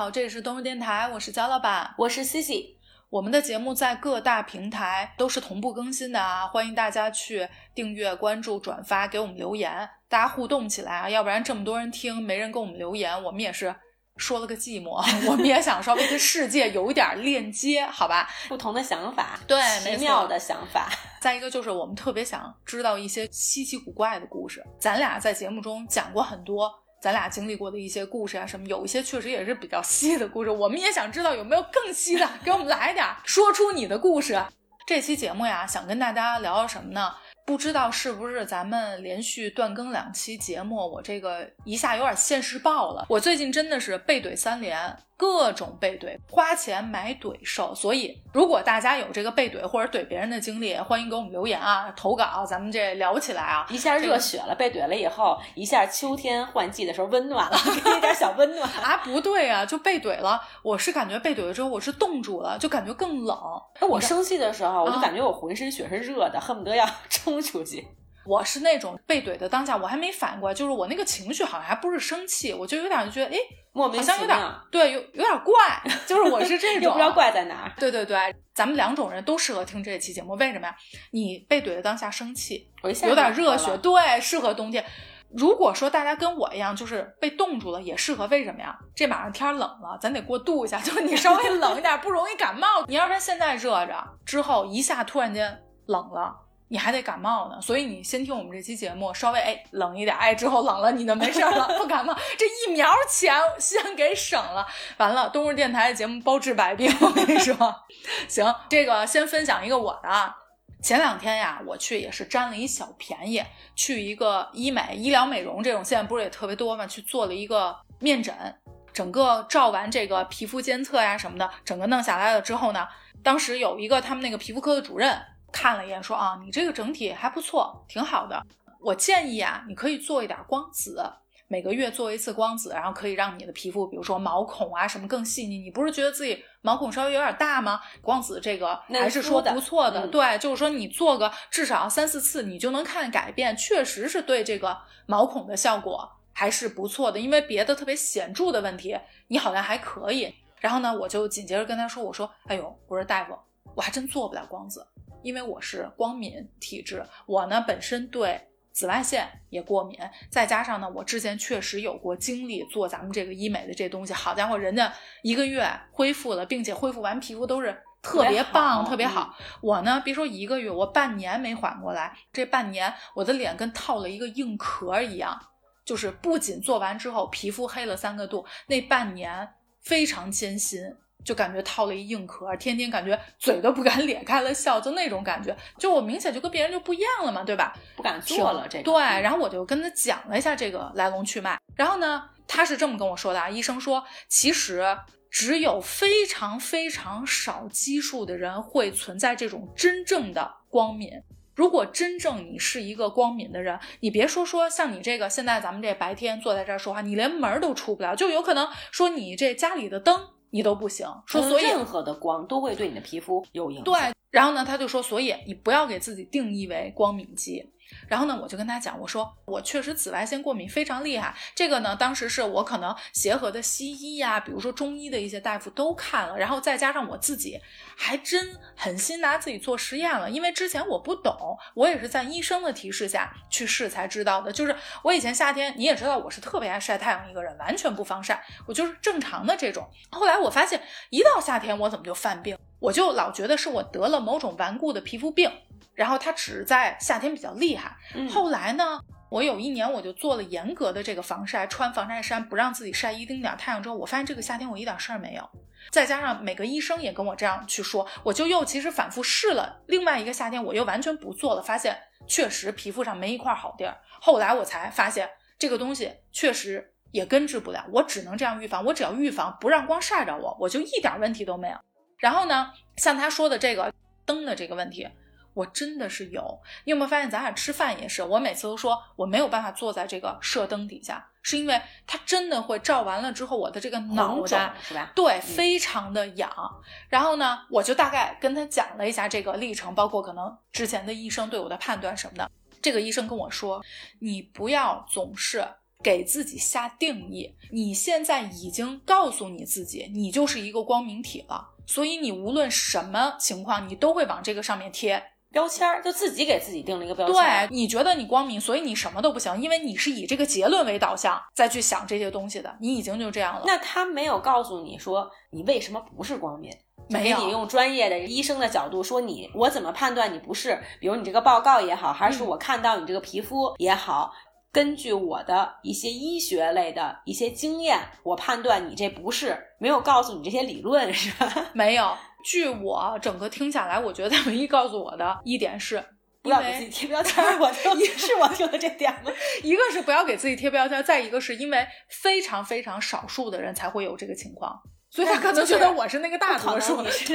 好，这里是东日电台，我是焦老板， 我是 Cici。 我们的节目在各大平台都是同步更新的啊，欢迎大家去订阅、关注、转发，给我们留言，大家互动起来啊，要不然这么多人听，没人给我们留言，我们也是说了个寂寞，我们也想稍微跟世界有一点链接，好吧？ 不同的想法， 对， 奇妙的想法。 再一个就是我们特别想知道一些稀奇古怪的故事，咱俩在节目中讲过很多咱俩经历过的一些故事啊什么，有一些确实也是比较稀的故事，我们也想知道有没有更稀的，给我们来点，说出你的故事。这期节目呀，想跟大家聊聊什么呢？不知道是不是咱们连续断更2期节目，我这个一下有点现世报了。我最近真的是被怼3连，各种被怼，花钱买怼受。所以如果大家有这个被怼或者怼别人的经历，欢迎给我们留言啊，投稿，咱们这聊起来啊。 一下热血了，被怼了以后，一下秋天换季的时候温暖了，给你点小温暖啊。不对啊，就被怼了，我是感觉被怼了之后我是冻住了，就感觉更冷。 我生气的时候，我就感觉我浑身血是热的，恨不得要冲出去。 我是那种被怼的当下我还没反应过来，就是我那个情绪好像还不是生气，我就有点觉得莫名其妙， 好像有点对，有点怪，就是我是这种又不知道怪在哪儿。 对对对，咱们2种人都适合听这期节目，为什么呀？你被怼的当下生气，有点热血，对，适合冬天。如果说大家跟我一样就是被冻住了，也适合，为什么呀？这马上天冷了，咱得过渡一下，就是你稍微冷一点不容易感冒，你要不然现在热着之后一下突然间冷了，你还得感冒呢，所以你先听我们这期节目，稍微冷一点，之后冷了你就没事了，不感冒，这1苗钱先给省了，完了东日电台的节目包治百病，我跟你说。行，这个先分享一个我的啊。前2天呀，我去也是占了一小便宜，去一个医美、医疗美容这种现在不是也特别多嘛，去做了一个面诊，整个照完这个皮肤监测呀什么的，整个弄下来了之后呢，当时有一个他们那个皮肤科的主任看了一眼说啊，你这个整体还不错，挺好的，我建议啊，你可以做一点光子，每个月做一次光子，然后可以让你的皮肤比如说毛孔啊什么更细腻，你不是觉得自己毛孔稍微有点大吗？光子这个还是说不错的，对，就是说你做个至少3-4次你就能看改变，确实是对这个毛孔的效果还是不错的，因为别的特别显著的问题你好像还可以。然后呢，我就紧接着跟他说，我说我说大夫，我还真做不了光子，因为我是光敏体质，我呢本身对紫外线也过敏，再加上呢我之前确实有过经历做咱们这个医美的这东西，好家伙，人家1个月恢复了，并且恢复完皮肤都是特别棒特别好，我呢别说1个月，我半年没缓过来，这半年我的脸跟套了一个硬壳一样，就是不仅做完之后皮肤黑了3个度，那半年非常艰辛，就感觉套了一硬壳，天天感觉嘴都不敢咧开了笑，就那种感觉，就我明显就跟别人就不一样了嘛，对吧？ 不敢做了这个。 对，然后我就跟他讲了一下这个来龙去脉，然后呢他是这么跟我说的啊，医生说其实只有非常非常少基数的人会存在这种真正的光敏，如果真正你是一个光敏的人，你别说像你这个现在咱们这白天坐在这儿说话，你连门都出不了，就有可能说你这家里的灯你都不行，说所以任何的光都会对你的皮肤有影响。 对，然后呢他就说所以你不要给自己定义为光敏肌。然后呢我就跟他讲，我说我确实紫外线过敏非常厉害，这个呢当时是我可能协和的西医呀，比如说中医的一些大夫都看了，然后再加上我自己还真狠心拿自己做实验了，因为之前我不懂，我也是在医生的提示下去试才知道的，就是我以前夏天你也知道我是特别爱晒太阳一个人，完全不防晒，我就是正常的这种，后来我发现一到夏天我怎么就犯病，我就老觉得是我得了某种顽固的皮肤病，然后它只在夏天比较厉害，后来呢我有1年我就做了严格的这个防晒，穿防晒衫，不让自己晒1丁点太阳之后，我发现这个夏天我一点事儿没有，再加上每个医生也跟我这样去说，我就又其实反复试了，另外一个夏天我又完全不做了，发现确实皮肤上没一块好地儿，后来我才发现这个东西确实也根治不了，我只能这样预防，我只要预防不让光晒着我就一点问题都没有。然后呢像他说的这个灯的这个问题我真的是有，你有没有发现咱俩吃饭也是，我每次都说我没有办法坐在这个射灯底下，是因为它真的会照完了之后我的这个脑袋是吧？ 对，非常的痒。然后呢我就大概跟他讲了一下这个历程，包括可能之前的医生对我的判断什么的。这个医生跟我说，你不要总是给自己下定义，你现在已经告诉你自己你就是一个光明体了，所以你无论什么情况你都会往这个上面贴标签，就自己给自己定了一个标签。 对，你觉得你光明，所以你什么都不行，因为你是以这个结论为导向再去想这些东西的，你已经就这样了。 那他没有告诉你说你为什么不是光明， 没有， 你用专业的医生的角度说我怎么判断你不是，比如你这个报告也好，还是我看到你这个皮肤也好，根据我的一些医学类的一些经验，我判断你这不是，没有告诉你这些理论是吧？ 没有。据我整个听下来，我觉得他唯一告诉我的一点是不要给自己贴标签。是我听了这点吗？ 一个是不要给自己贴标签，再一个是因为非常非常少数的人才会有这个情况，所以他可能觉得我是那个大多数， 你是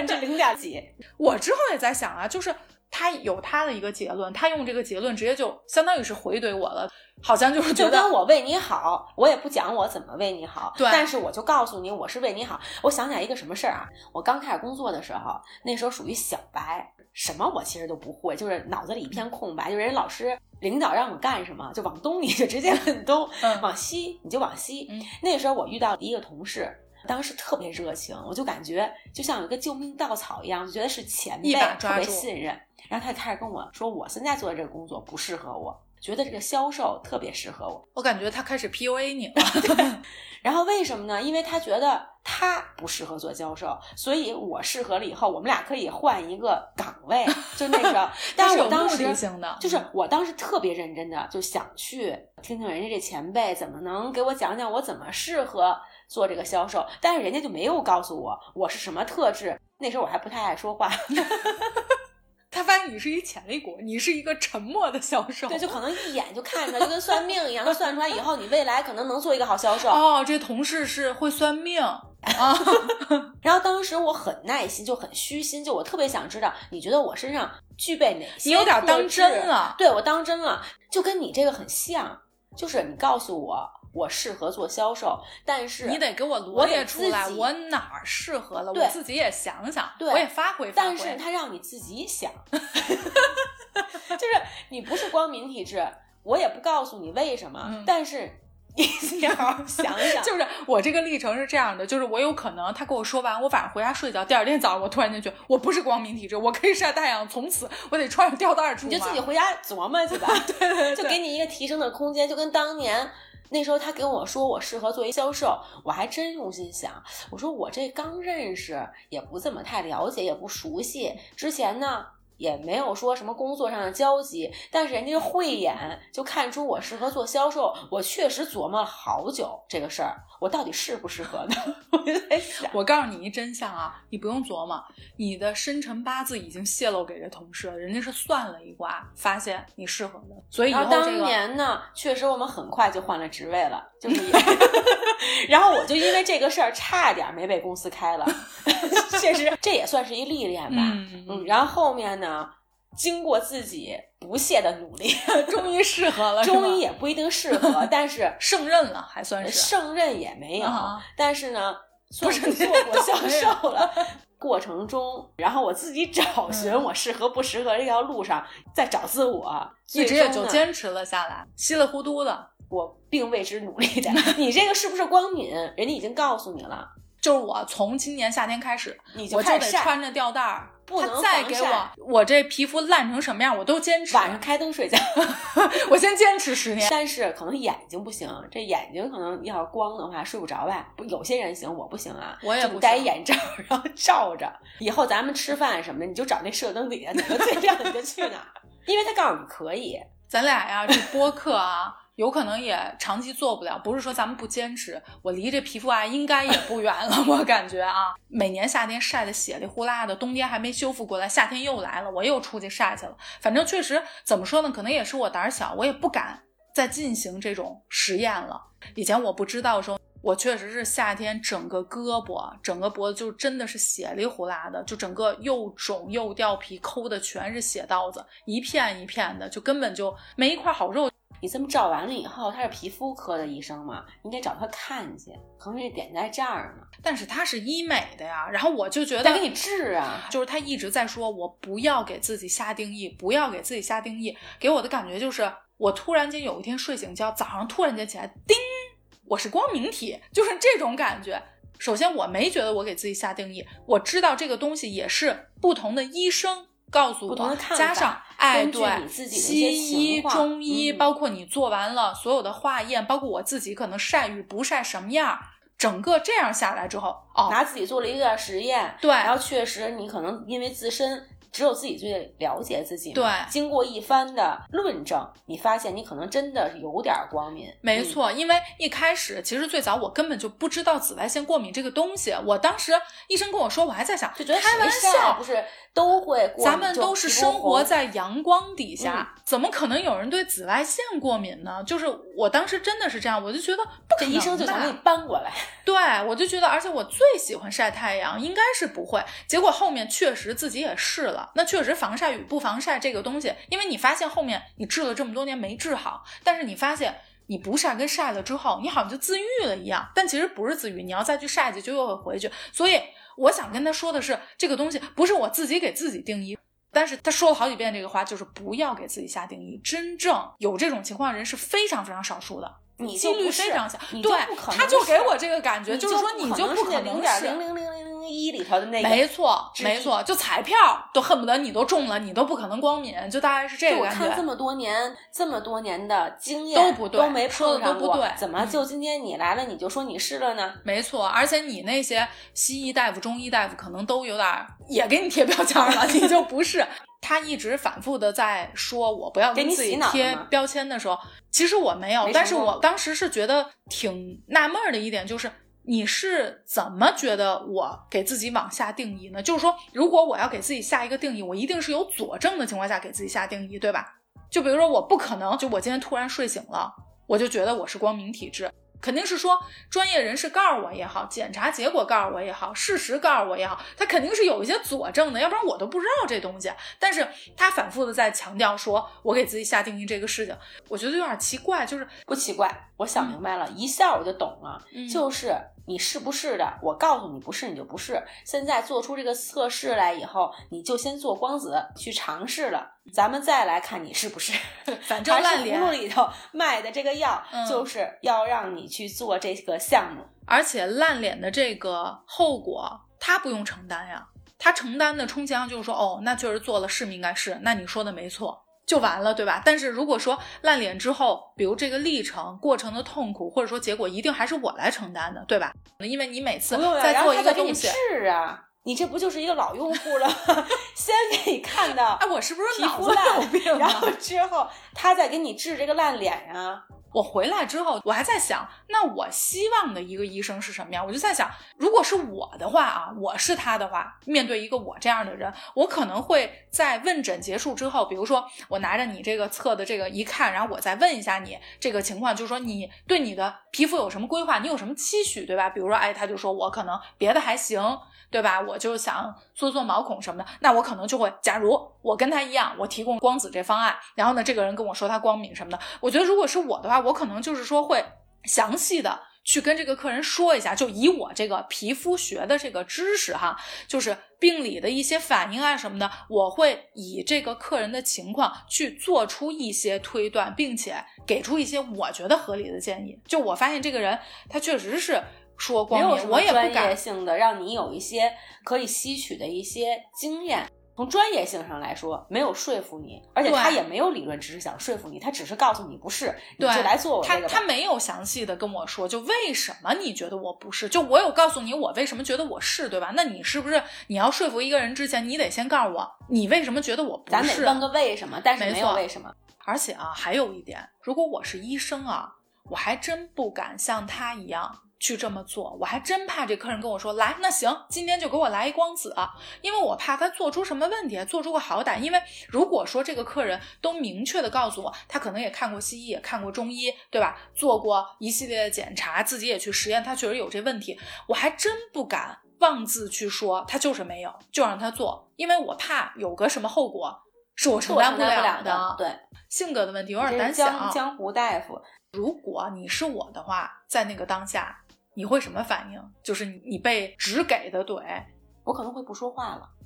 0.几。 我之后也在想啊，就是他有他的一个结论，他用这个结论直接就相当于是回怼我了，好像就是觉得就跟我为你好，我也不讲我怎么为你好， 对， 但是我就告诉你我是为你好。我想起来一个什么事儿啊，我刚开始工作的时候，那时候属于小白，什么我其实都不会，就是脑子里一片空白，就是人老师领导让我干什么就往东你就直接往东，往西你就往西。那时候我遇到一个同事，当时特别热情，我就感觉就像有一个救命稻草一样，就觉得是前辈，特别信任。然后他开始跟我说我现在做的这个工作不适合我，觉得这个销售特别适合我。 我感觉他开始 PUA 你了。 然后为什么呢？因为他觉得他不适合做销售，所以我适合了以后我们俩可以换一个岗位，就那个但是我当时就是我当时特别认真的就想去听听人家这前辈怎么能给我讲讲我怎么适合做这个销售，但是人家就没有告诉我是什么特质。那时候我还不太爱说话。 他发现你是一潜力股，你是一个沉默的销售。 对，就可能一眼就看出来，就跟算命一样，他算出来以后你未来可能能做一个好销售。 哦，这同事是会算命啊。 然后当时我很耐心，就很虚心，就我特别想知道你觉得我身上具备哪些， 你有点当真了。 对，我当真了，就跟你这个很像，就是你告诉我适合做销售，但是你得给我罗列出来我哪儿适合了，我自己也想想，我也发挥。 但是他让你自己想。就是你不是光明体质，我也不告诉你为什么，但是你要想想。 就是我这个历程是这样的，就是我有可能他跟我说完，我晚上回家睡觉，第二天早上我突然间觉得我不是光明体质，我可以晒太阳，从此我得穿着吊带出门。 你就自己回家琢磨去吧。 对， 就给你一个提升的空间，就跟当年那时候他跟我说我适合做一销售，我还真用心想，我说我这刚认识，也不怎么太了解，也不熟悉，之前呢也没有说什么工作上的交集，但是人家慧眼就看出我适合做销售，我确实琢磨了好久这个事儿，我到底适不适合呢？我就在想， 我告诉你一真相啊，你不用琢磨，你的生辰八字已经泄露给这同事了，人家是算了一卦，发现你适合的，所以以后这个当年呢，确实我们很快就换了职位了，就是然后我就因为这个事儿差点没被公司开了，确实这也算是一历练吧。然后后面呢，经过自己不懈的努力， 终于适合了， 终于也不一定适合，但是胜任了，还算是胜任也没有，但是呢，算是做过销售了。过程中，然后我自己找寻我适合不适合这条路上，再找自我， 一直也就坚持了下来，稀里糊涂的， 我并为之努力的。你这个是不是光敏？人家已经告诉你了。 就是我从今年夏天开始，我就得穿着吊带儿， 不能再给我这皮肤烂成什么样，我都坚持。 晚上开灯睡觉， 我先坚持10年。 但是可能眼睛不行，这眼睛可能要是光的话睡不着吧。不，有些人行，我不行啊。 我也不行， 戴眼罩然后照着。以后咱们吃饭什么的，你就找那射灯底下哪个最亮你就去哪儿，因为他告诉你可以。 咱俩呀，这播客啊。有可能也长期做不了，不是说咱们不坚持，我离这皮肤癌应该也不远了，我感觉啊，每年夏天晒得血里呼啦的，冬天还没修复过来，夏天又来了，我又出去晒去了。反正确实怎么说呢，可能也是我胆小，我也不敢再进行这种实验了。以前我不知道的时候，我确实是夏天整个胳膊整个脖子就真的是血里呼啦的，就整个又肿又掉皮，抠的全是血刀子，一片一片的，就根本就没一块好肉。 你这么照完了以后，他是皮肤科的医生嘛，你得找他看去，可能这点在这儿呢。 但是他是医美的呀，然后我就觉得得给你治啊， 就是他一直在说我不要给自己下定义，不要给自己下定义，给我的感觉就是我突然间有一天睡醒觉，早上突然间起来，叮，我是光明体，就是这种感觉。首先我没觉得我给自己下定义，我知道这个东西也是不同的医生告诉我，加上对，西医中医，包括你做完了所有的化验，包括我自己可能晒与不晒什么样，整个这样下来之后， 拿自己做了一个实验， 对， 然后确实你可能因为自身只有自己最了解自己， 对， 经过一番的论证，你发现你可能真的有点光敏。 没错，因为一开始其实最早我根本就不知道紫外线过敏这个东西，我当时医生跟我说，我还在想， 就觉得开玩笑， 不是都会过敏， 咱们都是生活在阳光底下，怎么可能有人对紫外线过敏呢？就是我当时真的是这样，我就觉得不可能， 这医生就想给你搬过来。 对，我就觉得，而且我最喜欢晒太阳，应该是不会。结果后面确实自己也试了，那确实防晒与不防晒这个东西，因为你发现后面你治了这么多年没治好，但是你发现你不晒跟晒了之后，你好像就自愈了一样，但其实不是自愈，你要再去晒去就又会回去。所以我想跟他说的是，这个东西不是我自己给自己定义，但是他说了好几遍这个话，就是不要给自己下定义。真正有这种情况的人是非常非常少数的， 你几率非常小。 对， 他就给我这个感觉，就是说你就不可能是 0.00001里头的那个， 没错没错，就彩票都恨不得你都中了，你都不可能光敏，就大概是这个感觉。 我看这么多年的经验都不对， 都没碰上过， 都不对， 怎么就今天你来了你就说你是了呢？ 没错，而且你那些西医大夫中医大夫可能都有点也给你贴标签了，你就不是。他一直反复的在说我不要给自己贴标签的时候，其实我没有，但是我当时是觉得挺纳闷的一点就是，你是怎么觉得我给自己往下定义呢？就是说如果我要给自己下一个定义，我一定是有佐证的情况下给自己下定义，对吧？就比如说我不可能就我今天突然睡醒了我就觉得我是光明体质，肯定是说专业人士告诉我也好，检查结果告诉我也好，事实告诉我也好，他肯定是有一些佐证的，要不然我都不知道这东西。但是他反复的在强调说我给自己下定义这个事情，我觉得有点奇怪。就是不奇怪，我想明白了，一下我就懂了，就是你是不是的，我告诉你不是你就不是。现在做出这个测试来以后，你就先做光子去尝试了，咱们再来看你是不是。 反正烂脸葫芦里头卖的这个药，就是要让你去做这个项目， 而且烂脸的这个后果他不用承担呀，他承担的充其量就是说那确实做了是应该是，那你说的没错就完了，对吧？但是如果说烂脸之后，比如这个历程过程的痛苦，或者说结果一定还是我来承担的，对吧？因为你每次在做一个东西， 是啊，你这不就是一个老用户了？先给你看到， 我是不是脑子有病？然后之后他再给你治这个烂脸呀。 我回来之后我还在想，那我希望的一个医生是什么样？我就在想，如果是我的话我是他的话，面对一个我这样的人，我可能会在问诊结束之后，比如说我拿着你这个测的这个一看，然后我再问一下你这个情况，就是说你对你的皮肤有什么规划，你有什么期许，对吧？比如说他就说我可能别的还行，对吧？我就想做毛孔什么的，那我可能就会，假如我跟他一样，我提供光子这方案，然后呢这个人跟我说他光敏什么的，我觉得如果是我的话，我可能就是说会详细的去跟这个客人说一下，就以我这个皮肤学的这个知识就是病理的一些反应什么的，我会以这个客人的情况去做出一些推断，并且给出一些我觉得合理的建议。就我发现这个人他确实是说光敏，我也不敢专业性的让你有一些可以吸取的一些经验，从专业性上来说没有说服你，而且他也没有理论知识想说服你，他只是告诉你不是，你就来做我这个吧。 他没有详细的跟我说就为什么你觉得我不是，就我有告诉你我为什么觉得我是，对吧？那你是不是你要说服一个人之前，你得先告诉我你为什么觉得我不是， 咱得问个为什么，但是没有为什么。 而且还有一点，如果我是医生我还真不敢像他一样去这么做，我还真怕这客人跟我说来，那行今天就给我来一光子因为我怕他做出什么问题，做出个好歹。因为如果说这个客人都明确的告诉我他可能也看过西医也看过中医，对吧？做过一系列的检查，自己也去实验，他确实有这问题，我还真不敢妄自去说他就是没有就让他做，因为我怕有个什么后果是我承担不了的。 对， 性格的问题有点胆小。 江湖大夫， 如果你是我的话，在那个当下你会什么反应？就是你被只给的怼， 我可能会不说话了。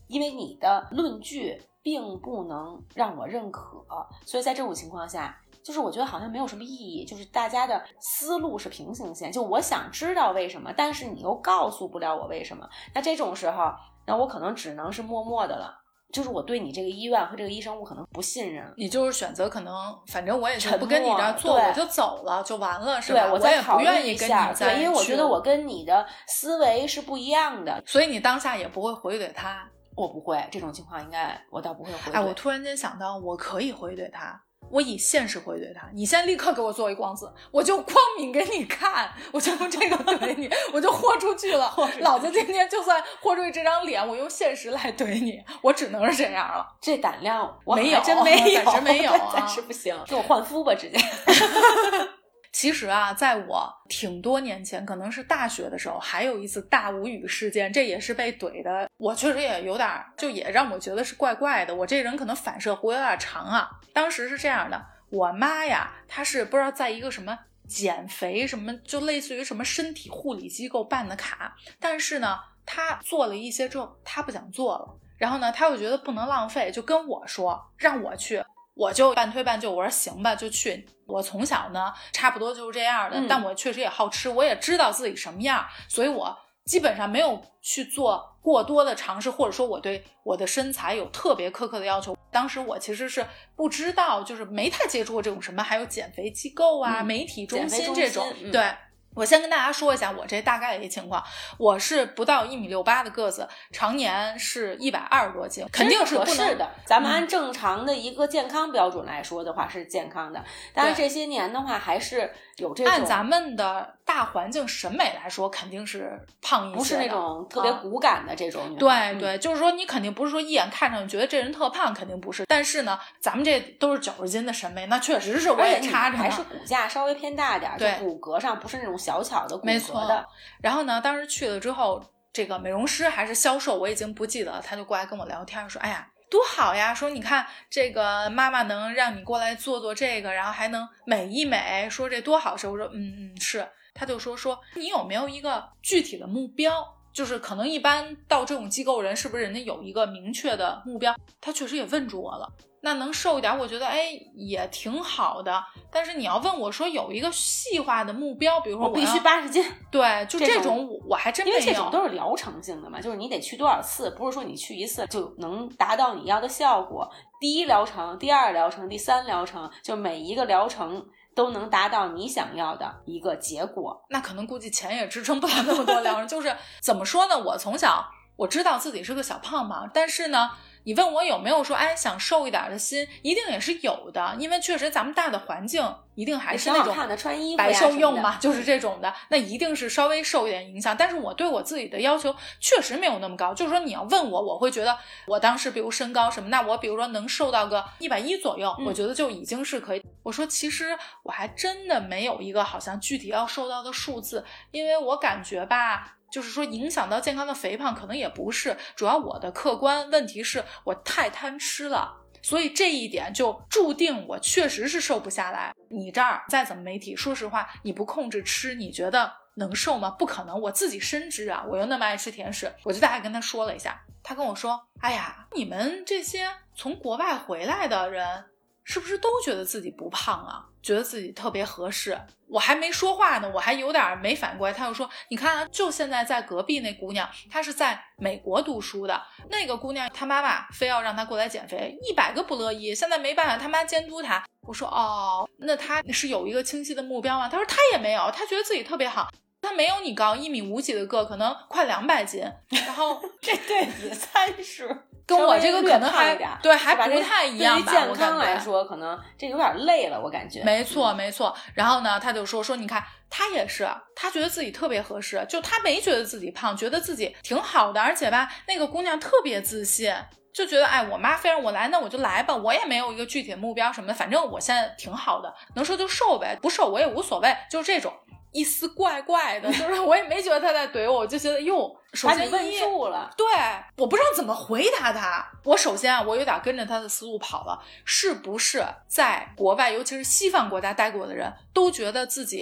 因为你的论据并不能让我认可，所以在这种情况下，就是我觉得好像没有什么意义，就是大家的思路是平行线，就我想知道为什么，但是你又告诉不了我为什么，那这种时候，那我可能只能是默默的了。就是我对你这个医院和这个医生我可能不信任， 你就是选择可能反正我也就不跟你这儿做，我就走了就完了，是吧？ 对， 我也不愿意跟你在对，因为我觉得我跟你的思维是不一样的， 所以你当下也不会回怼他。 我不会，这种情况应该我倒不会回怼。 哎，我突然间想到我可以回怼他，我以现实回怼他，你现在立刻给我做一光子，我就光明给你看，我就用这个怼你，我就豁出去了。老子今天就算豁出去这张脸，我用现实来怼你，我只能是这样了。 这胆量我没有， 真没有， 暂时没有啊， 暂时不行，给我换肤吧，直接。 其实啊，在我挺多年前，可能是大学的时候，还有一次大无语事件，这也是被怼的，我确实也有点，就也让我觉得是怪怪的。我这人可能反射弧有点长啊。当时是这样的，我妈呀，她是不知道在一个什么减肥什么，就类似于什么身体护理机构办的卡，但是呢，她做了一些之后，她不想做了，然后呢，她又觉得不能浪费，就跟我说让我去。我就半推半就，我说行吧，就去。我从小呢差不多就是这样的，但我确实也好吃，我也知道自己什么样，所以我基本上没有去做过多的尝试，或者说我对我的身材有特别苛刻的要求。当时我其实是不知道，就是没太接触过这种什么还有减肥机构啊、媒体中心这种，对。我先跟大家说一下我这大概的一情况，我是不到1.68米的个子，常年是120多斤，肯定是合适的。咱们按正常的一个健康标准来说的话是健康的，但是这些年的话还是有这种按咱们的大环境审美来说肯定是胖一些的， 不是那种特别骨感的这种女孩。对对，就是说你肯定不是说一眼看上去觉得这人特胖，肯定不是。但是呢，咱们这都是90斤的审美，那确实是我也差着呢， 还是骨架稍微偏大点， 对， 骨骼上不是那种小巧的骨骼的。 没错。然后呢，当时去了之后，这个美容师还是销售我已经不记得了，他就过来跟我聊天说，哎呀多好呀，说你看这个妈妈能让你过来做这个，然后还能美一美，说这多好事。我说是。他就说你有没有一个具体的目标，就是可能一般到这种机构人是不是人家有一个明确的目标。他确实也问住我了，那能瘦一点我觉得也挺好的，但是你要问我说有一个细化的目标，比如说我必须80斤， 对，就这种我还真没有。 因为这种都是疗程性的嘛，就是你得去多少次，不是说你去一次就能达到你要的效果。第1疗程、第2疗程、第3疗程，就每一个疗程都能达到你想要的一个结果。 那可能估计钱也支撑不了那么多疗程。就是怎么说呢，我从小我知道自己是个小胖嘛，但是呢你问我有没有说想瘦一点的心，一定也是有的，因为确实咱们大的环境一定还是那种白瘦幼嘛，就是这种的，那一定是稍微受一点影响。但是我对我自己的要求确实没有那么高，就是说你要问我会觉得我当时比如身高什么，那我比如说能瘦到个110左右，我觉得就已经是可以。我说其实我还真的没有一个好像具体要瘦到的数字，因为我感觉吧，就是说影响到健康的肥胖可能也不是，主要我的客观问题是我太贪吃了，所以这一点就注定我确实是瘦不下来。你这儿再怎么媒体，说实话你不控制吃，你觉得能瘦吗？不可能，我自己深知啊，我又那么爱吃甜食。我就大概跟他说了一下，他跟我说，哎呀，你们这些从国外回来的人是不是都觉得自己不胖啊，觉得自己特别合适？我还没说话呢，我还有点没反应过来，他就说，你看啊，就现在在隔壁那姑娘，她是在美国读书的，那个姑娘她妈妈非要让她过来减肥，100个不乐意，现在没办法，她妈监督她。我说哦，那她是有一个清晰的目标吗？她说她也没有，她觉得自己特别好，她没有你高，1.5米几的个，可能快200斤，然后这对比30 跟我这个可能还对还不太一样吧， 对于健康来说可能这有点累了，我感觉。 没错没错。然后呢他就说你看他也是，他觉得自己特别合适，就他没觉得自己胖，觉得自己挺好的，而且吧那个姑娘特别自信，就觉得我妈非让我来，那我就来吧，我也没有一个具体的目标什么的，反正我现在挺好的，能瘦就瘦呗，不瘦我也无所谓，就是这种一丝怪怪的，就是我也没觉得他在怼我，我就觉得哟，首先问住了， 对，我不知道怎么回答他。我首先我有点跟着他的思路跑了，是不是在国外，尤其是西方国家待过的人都觉得自己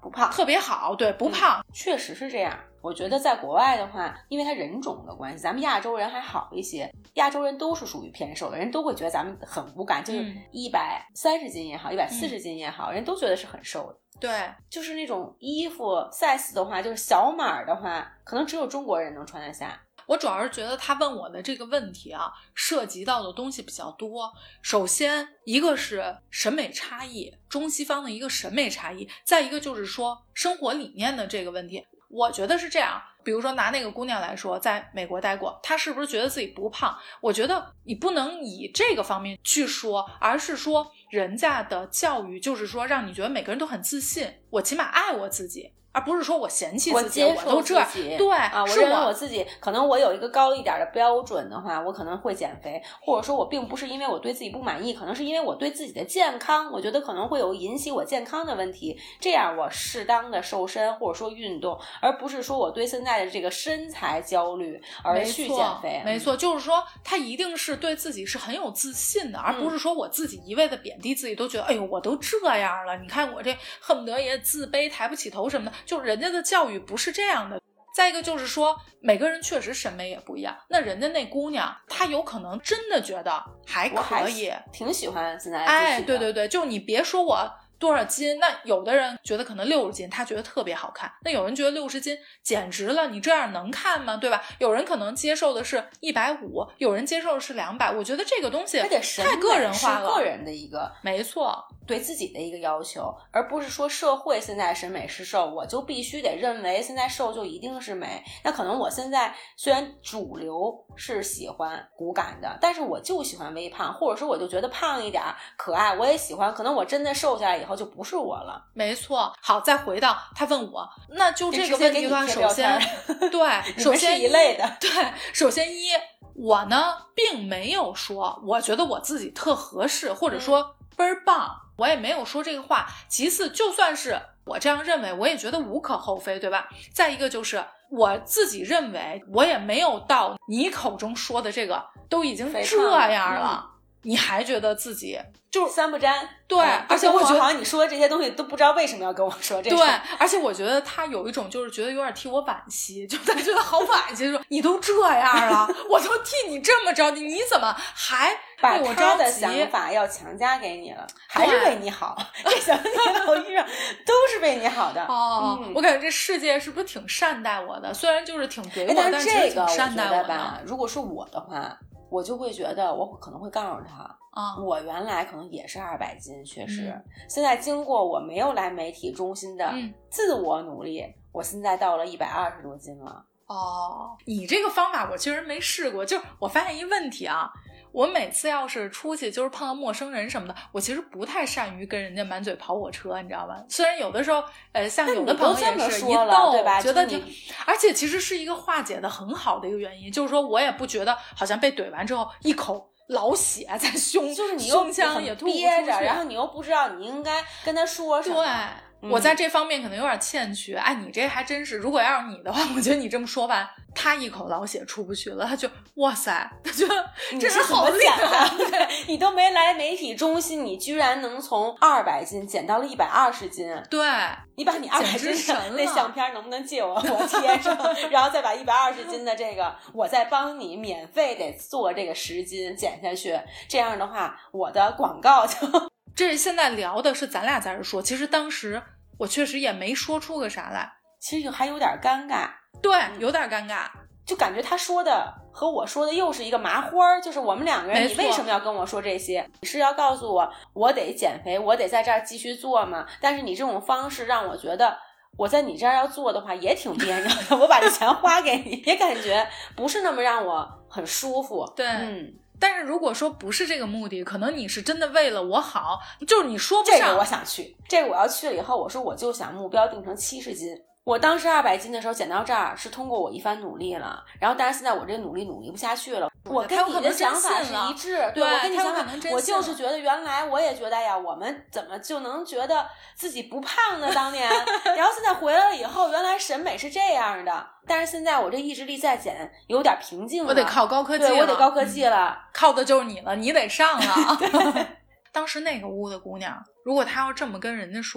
不胖， 特别好，对，不胖， 确实是这样。我觉得在国外的话，因为它人种的关系，咱们亚洲人还好一些，亚洲人都是属于偏瘦的，人都会觉得咱们很无感，就是130斤也好，140斤也好，人都觉得是很瘦的。 对， 就是那种衣服 size 的话，就是小码的话，可能只有中国人能穿得下。 我主要是觉得他问我的这个问题啊，涉及到的东西比较多。首先，一个是审美差异，中西方的一个审美差异，再一个就是说生活理念的这个问题。我觉得是这样，比如说拿那个姑娘来说，在美国待过，她是不是觉得自己不胖？我觉得你不能以这个方面去说，而是说人家的教育就是说让你觉得每个人都很自信，我起码爱我自己，而不是说我嫌弃自己，我都这样。对啊，我认为我自己可能我有一个高一点的标准的话，我可能会减肥，或者说我并不是因为我对自己不满意，可能是因为我对自己的健康，我觉得可能会有引起我健康的问题，这样我适当的瘦身或者说运动，而不是说我对现在的这个身材焦虑而去减肥。 没错，就是说他一定是对自己是很有自信的，而不是说我自己一味的贬低自己，都觉得哎呦我都这样了，你看我这恨不得也自卑抬不起头什么的，就人家的教育不是这样的。再一个就是说每个人确实审美也不一样，那人家那姑娘她有可能真的觉得还可以， 挺喜欢现在哎，对对对，就你别说我多少斤，那有的人觉得可能60斤他觉得特别好看，那有人觉得60斤简直了，你这样能看吗？对吧？有人可能接受的是150，有人接受的是200，我觉得这个东西太个人化了， 是个人的一个， 没错， 对自己的一个要求，而不是说社会现在审美是瘦，我就必须得认为现在瘦就一定是美。那可能我现在虽然主流是喜欢骨感的，但是我就喜欢微胖，或者说我就觉得胖一点可爱，我也喜欢，可能我真的瘦下来以后就不是我了。 没错。好，再回到他问我，那就这个问题的话，首先对，首先是一类的， 对，首先我呢并没有说我觉得我自己特合适，或者说倍儿棒，我也没有说这个话。其次，就算是我这样认为，我也觉得无可厚非，对吧？再一个就是我自己认为，我也没有到你口中说的这个都已经这样了，你还觉得自己就三不沾。 对，而且我觉得好像你说的这些东西都不知道为什么要跟我说这个。 对，而且我觉得他有一种就是觉得有点替我惋惜，就他觉得好惋惜，说你都这样了，我都替你这么着急，你怎么还把他的想法要强加给你了？还是为你好？这小年头遇上都是为你好的。 我感觉这世界是不是挺善待我的？虽然就是挺怼我， 但是这个挺善待我吧。如果是我的话，我就会觉得我可能会告诉他。我原来可能也是200斤，确实，现在经过我没有来媒体中心的自我努力，我现在到了120多斤了。 你这个方法我其实没试过，就是我发现一问题啊，我每次要是出去就是碰到陌生人什么的，我其实不太善于跟人家满嘴跑火车，你知道吧？虽然有的时候像有的朋友也是一逗， 对吧？ 觉得挺，而且其实是一个化解的很好的一个原因，就是说我也不觉得好像被怼完之后一口老血在就是你胸腔也憋着，然后你又不知道你应该跟他说什么。 对，我在这方面可能有点欠缺。哎，你这还真是，如果要是你的话，我觉得你这么说完，他一口老血出不去了，他就哇塞，他觉得这是好厉害。 你都没来媒体中心，你居然能从200斤减到了120斤。 对， 你把你200斤的那相片能不能借我贴上，然后再把120斤的这个我再帮你免费得做这个10斤减下去，这样的话我的广告就这现在聊的是咱俩在这说，其实当时我确实也没说出个啥来， 其实还有点尴尬。 对，有点尴尬， 就感觉他说的和我说的又是一个麻花，就是我们两个人，你为什么要跟我说这些？你是要告诉我得减肥，我得在这儿继续做吗？但是你这种方式让我觉得我在你这儿要做的话也挺别扭的，我把这钱花给你也感觉不是那么让我很舒服。 对，但是如果说不是这个目的，可能你是真的为了我好，就是你说不上。 这个我想去，这个我要去了以后，我说我就想目标定成70斤。我当时200斤的时候减到这儿是通过我一番努力了，然后但是现在我这努力不下去了。我跟你的想法是一致，对，我跟你想法，我就是觉得原来我也觉得呀，我们怎么就能觉得自己不胖呢？当年，然后现在回来了以后，原来审美是这样的。但是现在我这意志力在减，有点瓶颈了。 我得靠高科技了， 对，我得高科技了， 靠的就是你了，你得上了。当时那个屋的姑娘，如果她要这么跟人家说，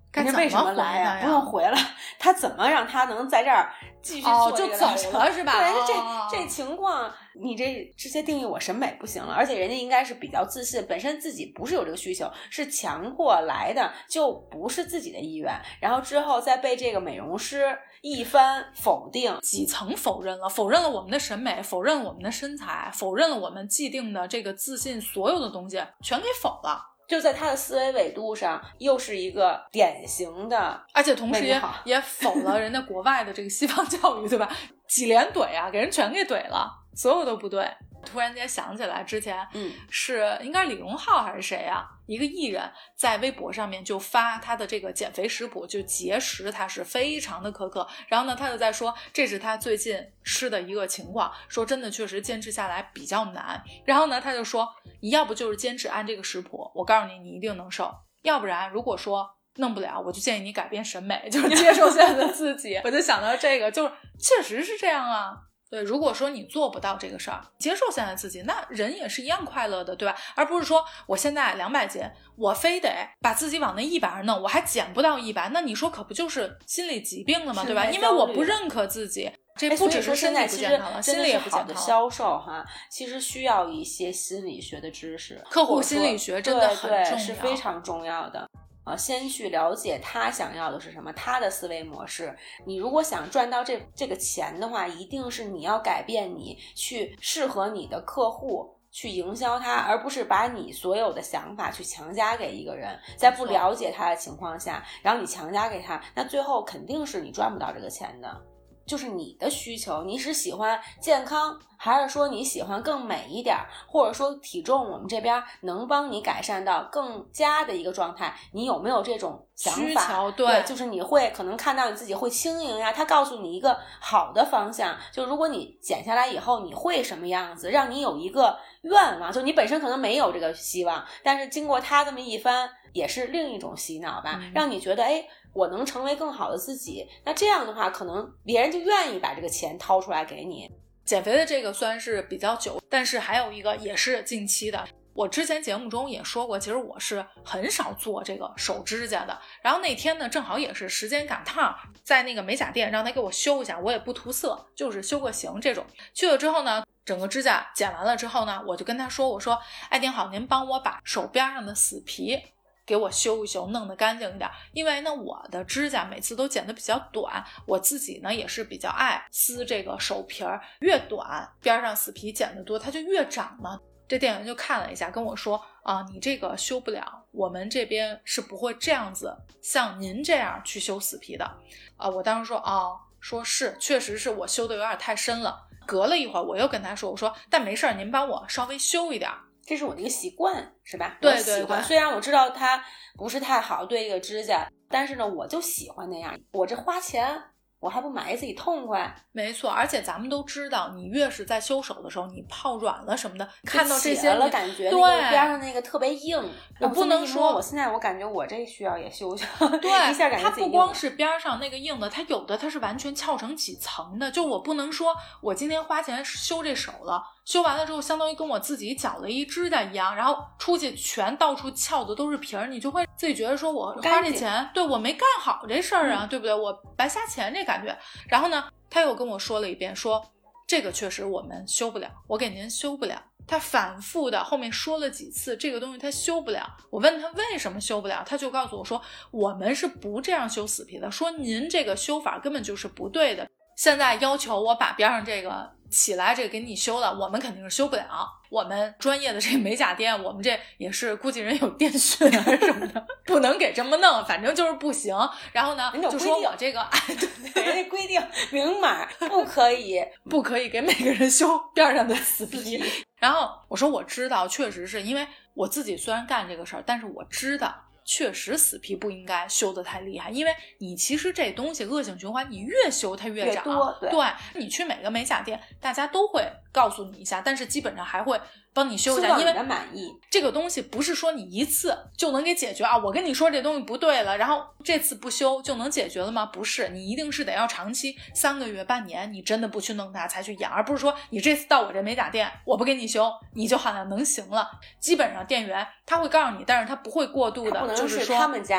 该怎么为什么来呀？ 不用回了，他怎么让他能在这儿继续做就走了是吧？ 对，这情况，你这直接定义我审美不行了。而且人家应该是比较自信，本身自己不是有这个需求，是强迫来的，就不是自己的意愿。然后之后再被这个美容师一番否定， 几层否认了我们的审美，否认了我们的身材，否认了我们既定的这个自信，所有的东西全给否了。 就在他的思维纬度上，又是一个典型的， 而且同时也否了人家国外的这个西方教育，对吧？几连怼啊，给人全给怼了，所有都不对。突然间想起来，之前是应该是李荣浩还是谁啊？一个艺人在微博上面就发他的这个减肥食谱，就节食他是非常的苛刻。然后呢，他就在说这是他最近吃的一个情况，说真的确实坚持下来比较难。然后呢，他就说你要不就是坚持按这个食谱，我告诉你，你一定能瘦；要不然如果说弄不了，我就建议你改变审美，就是接受现在的自己。我就想到这个，就是确实是这样啊。对，如果说你做不到这个事儿，接受现在自己，那人也是一样快乐的，对吧？而不是说我现在200斤，我非得把自己往那100上弄，我还减不到100，那你说可不就是心理疾病了吗？对吧？因为我不认可自己，这不只是身体不健康了，心理也不健康了。 好的销售哈，其实需要一些心理学的知识， 客户心理学真的很重要， 是非常重要的。先去了解他想要的是什么，他的思维模式。你如果想赚到这个钱的话，一定是你要改变你，去适合你的客户，去营销他，而不是把你所有的想法去强加给一个人，在不了解他的情况下，然后你强加给他，那最后肯定是你赚不到这个钱的。就是你的需求，你是喜欢健康，还是说你喜欢更美一点，或者说体重我们这边能帮你改善到更加的一个状态，你有没有这种想法？ 需求， 对，就是你会可能看到你自己会轻盈呀，他告诉你一个好的方向，就如果你减下来以后你会什么样子，让你有一个愿望，就你本身可能没有这个希望，但是经过他这么一番，也是另一种洗脑吧，让你觉得我能成为更好的自己，那这样的话可能别人就愿意把这个钱掏出来给你。 减肥的这个算是比较久，但是还有一个也是近期的，我之前节目中也说过，其实我是很少做这个手指甲的。然后那天呢正好也是时间赶趟，在那个美甲店让他给我修一下，我也不涂色，就是修个型这种。去了之后呢，整个指甲剪完了之后呢，我就跟他说，我说您好，您帮我把手边上的死皮给我修一修，弄得干净一点。因为呢我的指甲每次都剪得比较短，我自己呢也是比较爱撕这个手皮儿，越短边上死皮剪得多它就越长嘛。这店员就看了一下跟我说你这个修不了，我们这边是不会这样子像您这样去修死皮的。我当时说说是确实是我修的有点太深了。隔了一会儿我又跟他说，我说但没事，您帮我稍微修一点， 这是我的一个习惯，是吧？ 对我喜欢，虽然我知道它不是太好对一个指甲，但是呢我就喜欢那样，我这花钱我还不买自己痛快。 没错，而且咱们都知道，你越是在修手的时候，你泡软了什么的，看到这些了感觉对边上那个特别硬， 我不能说我现在我感觉我这需要也修修， 对， 一下感觉它不光是边上那个硬的，它有的它是完全翘成几层的，就我不能说我今天花钱修这手了，修完了之后相当于跟我自己绞了一指甲一样，然后出去全到处翘的都是皮儿，你就会自己觉得说我花这钱，对，我没干好这事儿啊，对不对？我白瞎钱这感觉。然后呢他又跟我说了一遍，说这个确实我们修不了，我给您修不了。他反复的后面说了几次这个东西他修不了，我问他为什么修不了，他就告诉我说我们是不这样修死皮的，说您这个修法根本就是不对的，现在要求我把边上这个起来这个给你修了，我们肯定是修不了，我们专业的这个美甲店，我们这也是估计人有电讯啊什么的，不能给这么弄，反正就是不行。然后呢就说我这个对，人家规定明码不可以给每个人修边上的死皮。然后我说我知道，确实是因为我自己虽然干这个事儿，但是我知道确实死皮不应该修得太厉害，因为你其实这东西恶性循环，你越修它越长，对，你去每个美甲店大家都会告诉你一下，但是基本上还会帮你修一下，因为满意这个东西不是说你一次就能给解决我跟你说这东西不对了，然后这次不修就能解决了吗？不是，你一定是得要长期3个月半年你真的不去弄它才去养，而不是说你这次到我这美甲店我不给你修你就好像能行了。基本上店员他会告诉你，但是他不会过度的，就是说他们家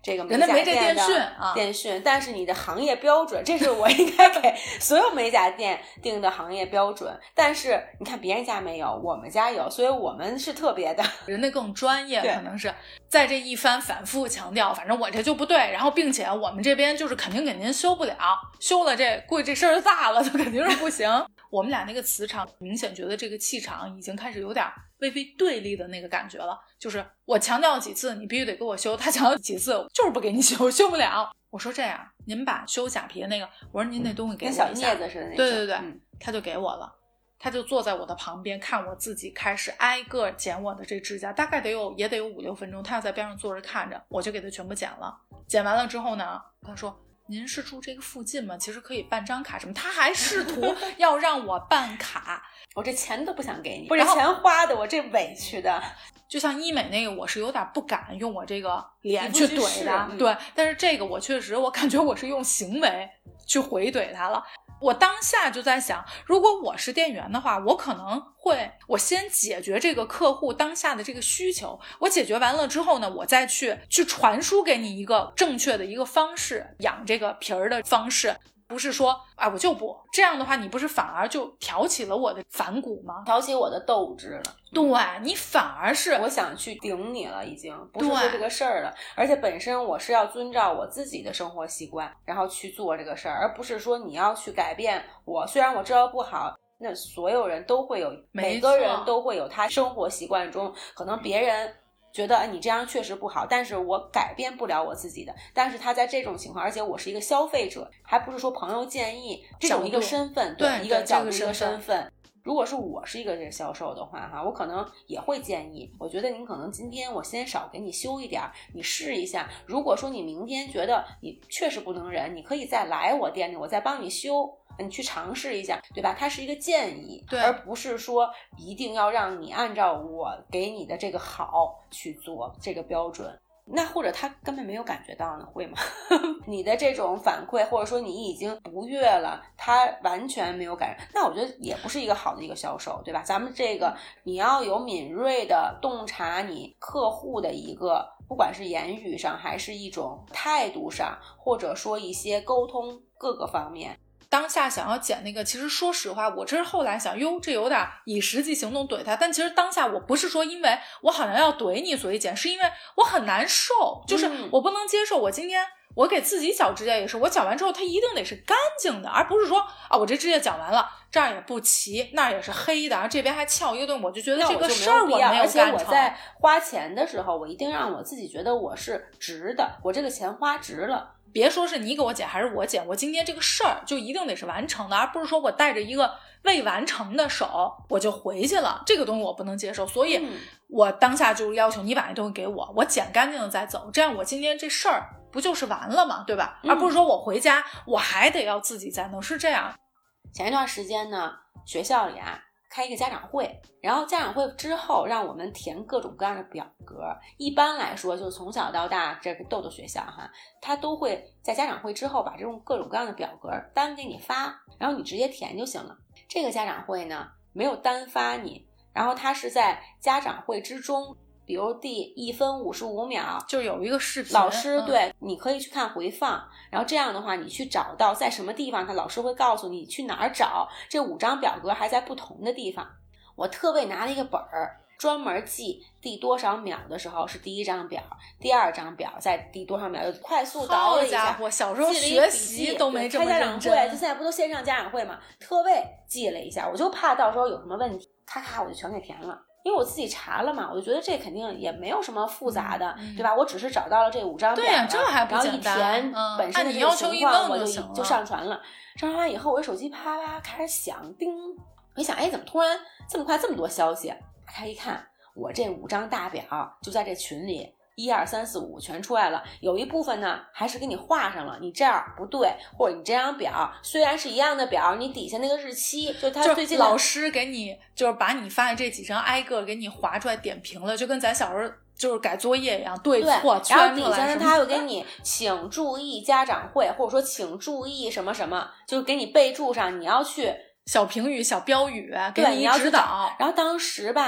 这个人家美甲店的电讯，但是你的行业标准，这是我应该给所有美甲店定的行业标准。但是你看别人家没有，我们家有，所以我们是特别的， 人家更专业，可能是在这一番反复强调，反正我这就不对，然后并且我们这边就是肯定给您修不了，修了这估计这事儿大了，就肯定是不行。我们俩那个磁场明显觉得这个气场已经开始有点微微对立的那个感觉了，就是我强调了几次你必须得给我修，他强调几次就是不给你修，修不了。我说这样，您把修甲皮那个，我说您那东西给我一下， 跟小镊子似的那种。 对对对，他就给我了。他就坐在我的旁边看我自己开始挨个剪我的这指甲，大概也得有5-6分钟，他要在边上坐着看着，我就给他全部剪了。剪完了之后呢，他说您是住这个附近吗？其实可以办张卡什么，他还试图要让我办卡。 我这钱都不想给你，不是钱花的，我这委屈的。 就像医美那个，我是有点不敢用我这个脸去怼的，对。但是这个我确实，我感觉我是用行为去回怼他了。我当下就在想，如果我是店员的话，我可能会我先解决这个客户当下的这个需求，我解决完了之后呢，我再去传输给你一个正确的一个方式，养这个皮儿的方式。不是说啊我就不这样的话，你不是反而就挑起了我的反骨吗？ 挑起我的斗志了。 对，你反而是我想去顶你了，已经不是说这个事儿了。而且本身我是要遵照我自己的生活习惯，然后去做这个事儿，而不是说你要去改变我。虽然我知道不好，那所有人都会有，每个人都会有他生活习惯中，可能别人觉得你这样确实不好，但是我改变不了我自己的。但是他在这种情况，而且我是一个消费者，还不是说朋友建议，这种一个身份， 对一个角度，一个身份。如果是我是一个这个销售的话哈，我可能也会建议，我觉得您可能今天我先少给你修一点，你试一下。如果说你明天觉得你确实不能忍，你可以再来我店里，我再帮你修。你去尝试一下，对吧？它是一个建议， 对， 而不是说一定要让你按照我给你的这个好去做这个标准。那或者他根本没有感觉到呢，会吗？你的这种反馈，或者说你已经不悦了，他完全没有感觉，那我觉得也不是一个好的一个销售，对吧？咱们这个你要有敏锐的洞察你客户的一个，不管是言语上还是一种态度上，或者说一些沟通各个方面。 当下想要剪那个，其实说实话，我这是后来想，这有点以实际行动怼他。但其实当下我不是说因为我好像要怼你所以剪，是因为我很难受，就是我不能接受。我今天我给自己绞指甲也是，我绞完之后它一定得是干净的，而不是说啊我这指甲绞完了这儿也不齐，那儿也是黑的，这边还翘一个洞，我就觉得这个事儿我没有干成。 而且我在花钱的时候，我一定让我自己觉得我是值的，我这个钱花值了。 别说是你给我剪还是我剪，我今天这个事儿就一定得是完成的，而不是说我带着一个未完成的手我就回去了，这个东西我不能接受。所以我当下就要求你把那东西给我，我剪干净了再走，这样我今天这事儿不就是完了吗？对吧？而不是说我回家我还得要自己再弄，是这样。 前一段时间呢，学校里开一个家长会，然后家长会之后让我们填各种各样的表格。一般来说，就从小到大这个豆豆学校哈，他都会在家长会之后把这种各种各样的表格单给你发，然后你直接填就行了。这个家长会呢，没有单发你，然后他是在家长会之中，比如第1分55秒就有一个视频， 老师对，你可以去看回放，然后这样的话你去找到在什么地方，他老师会告诉你去哪儿找。这5张表格还在不同的地方，我特为拿了一个本儿，专门记第多少秒的时候是第1张表，第2张表在第多少秒，就快速倒了一下。 我小时候学习都没这么认真。 开家长会，就现在不都线上家长会嘛，特为记了一下，我就怕到时候有什么问题，咔咔我就全给填了。因为我自己查了嘛，我就觉得这肯定也没有什么复杂的，对吧？我只是找到了这5张表， 对呀，这还不简单。 然后一填本身的这个情况，我就上传了。上传完以后，我手机啪啪开始响，叮！我一想，哎，怎么突然这么快这么多消息？打开一看，我这5张大表就在这群里。1、2、3、4、5全出来了，有一部分呢还是给你画上了，你这儿不对，或者你这张表虽然是一样的表，你底下那个日期就他最近老师给你就是把你发的这几张挨个给你划出来点评了，就跟咱小时候就是改作业一样，对错圈出来。 然后底下呢他还会给你请注意家长会，或者说请注意什么什么，就是给你备注上你要去小评语小标语给你指导。 然后当时吧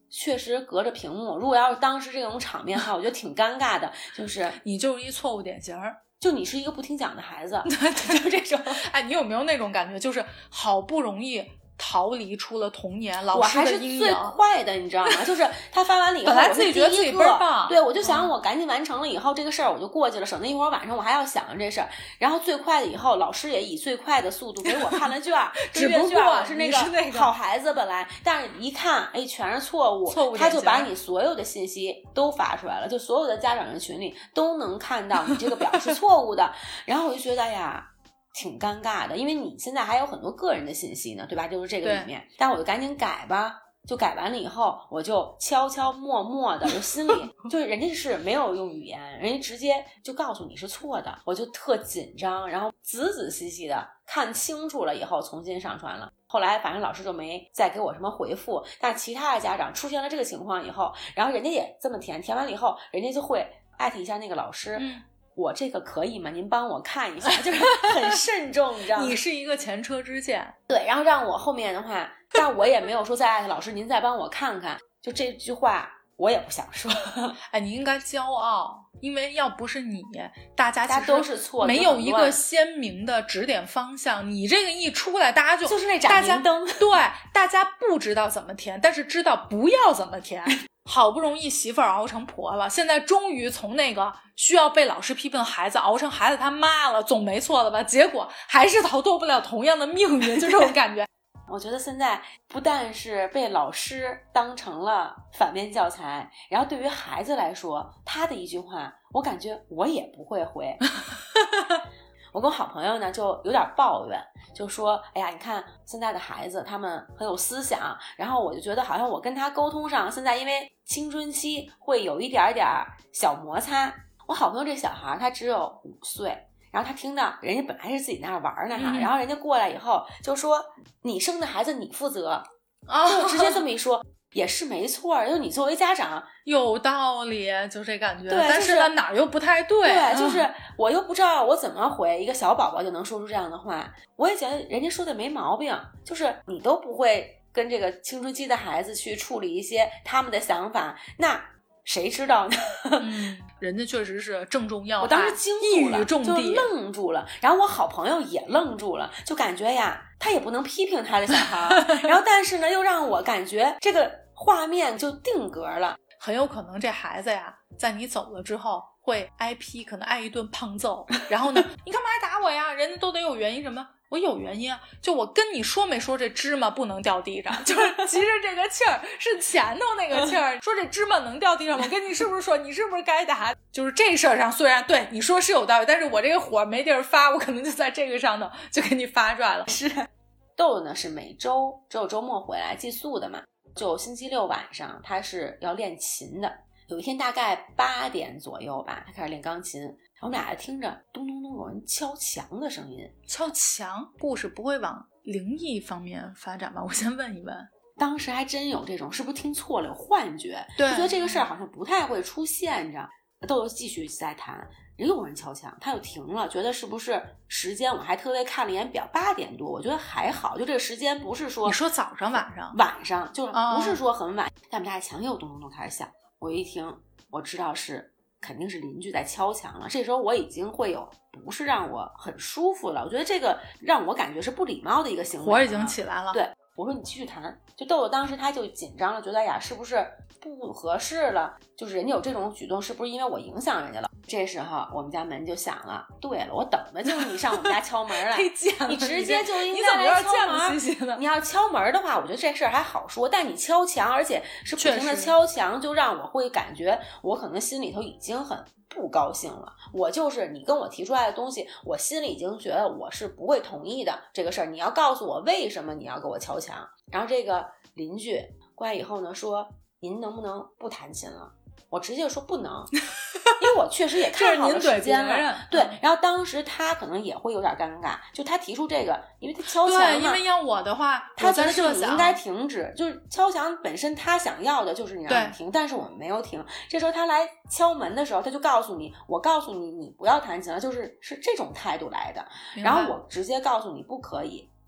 确实隔着屏幕，如果要是当时这种场面的话，我觉得挺尴尬的。就是你就是一错误典型， 就你是一个不听讲的孩子，就这种。 哎，你有没有那种感觉，就是好不容易逃离出了童年老师的阴影， 我还是最快的，你知道吗？就是他发完了以后， 本来自己觉得自己倍儿棒， 对，我就想我赶紧完成了以后，这个事儿我就过去了，省得一会儿晚上我还要想着这事儿。然后最快的以后，老师也以最快的速度给我判了卷， 只不过我是那个好孩子本来，但是一看，哎，全是错误，他就把你所有的信息都发出来了，就所有的家长人群里都能看到你这个表是错误的。然后我就觉得，哎呀，挺尴尬的，因为你现在还有很多个人的信息呢，对吧？就是这个里面，但我就赶紧改吧。就改完了以后，我就悄悄默默的，就心里就是人家是没有用语言，人家直接就告诉你是错的，我就特紧张，然后仔仔细细的看清楚了以后重新上传了。后来反正老师就没再给我什么回复，但其他的家长出现了这个情况以后，然后人家也这么填完了以后，人家就会艾特一下那个老师。我这个可以吗？您帮我看一下，就是很慎重，你知道吗？ 你是一个前车之鉴， 对，然后让我后面的话，但我也没有说再艾特老师，您再帮我看看，就这句话我也不想说。 哎，你应该骄傲，因为要不是你，大家其实都是错的， 没有一个鲜明的指点方向。你这个一出来，大家就是那盏明灯， 对，大家不知道怎么填，但是知道不要怎么填。好不容易媳妇儿熬成婆了，现在终于从那个需要被老师批评的孩子熬成孩子他妈了，总没错了吧？结果还是逃脱不了同样的命运，就这种感觉。 我觉得现在不但是被老师当成了反面教材，然后对于孩子来说，他的一句话，我感觉我也不会回。我跟好朋友呢就有点抱怨，就说哎呀，你看现在的孩子他们很有思想，然后我就觉得好像我跟他沟通上，现在因为青春期会有一点点小摩擦。我好朋友这小孩他只有5岁，然后他听到人家本来是自己那玩呢哈，然后人家过来以后就说你生的孩子你负责，就直接这么一说。也是没错，就你作为家长有道理，就这感觉。 对， 但是呢，哪儿又不太对。 对，就是我又不知道我怎么回一个小宝宝就能说出这样的话。我也觉得人家说的没毛病，就是你都不会跟这个青春期的孩子去处理一些他们的想法，那谁知道呢？ 人家确实是正中要害， 我当时惊住了，就愣住了。然后我好朋友也愣住了，就感觉呀，他也不能批评他的小孩，然后但是呢，又让我感觉这个画面就定格了。 很有可能这孩子呀，在你走了之后会挨批，可能挨一顿胖揍。然后呢，你干嘛还打我呀？人家都得有原因什么？我有原因啊，就我跟你说没说这芝麻不能掉地上，就是其实这个气儿是前头那个气儿，说这芝麻能掉地上，我跟你是不是说你是不是该打？就是这事儿上虽然对你说是有道理，但是我这个火没地儿发，我可能就在这个上头就给你发出来了。 是豆呢是每周只有周末回来寄宿的嘛，就星期六晚上他是要练琴的。有一天大概8点左右吧，他开始练钢琴，我们俩听着咚咚咚有人敲墙的声音。 敲墙？故事不会往灵异方面发展吧？我先问一问。 当时还真有这种，是不是听错了有幻觉？ 对， 就觉得这个事儿好像不太会出现着。豆豆继续在弹，又有人敲墙，他又停了，觉得是不是时间？我还特别看了一眼表，8点多，我觉得还好，就这个时间不是说你说早上晚上， 晚上就是不是说很晚，但我们家墙又咚咚咚开始响。我一听，我知道是肯定是邻居在敲墙了。这时候我已经会有不是让我很舒服了，我觉得这个让我感觉是不礼貌的一个行为。 火已经起来了。 对，我说你继续弹。就豆豆当时他就紧张了，觉得呀是不是不合适了？就是人家有这种举动，是不是因为我影响人家了？这时候我们家门就响了。对了，我等的就是你上我们家敲门来。你直接就应该来敲门。你要敲门的话，我觉得这事儿还好说，但你敲墙，而且是不停的敲墙，就让我会感觉我可能心里头已经很不高兴了。我就是你跟我提出来的东西，我心里已经觉得我是不会同意的这个事儿。你要告诉我为什么你要给我敲墙。然后这个邻居过来以后呢，说您能不能不弹琴了？我直接说不能，因为我确实也看好了时间了。对，然后当时他可能也会有点尴尬，就他提出这个，因为他敲墙嘛。 对，因为要我的话， 他觉得就你应该停止，就是敲墙本身他想要的就是你让你停，但是我们没有停。这时候他来敲门的时候，他就告诉你，我告诉你，你不要弹琴了，是这种态度来的。然后我直接告诉你不可以。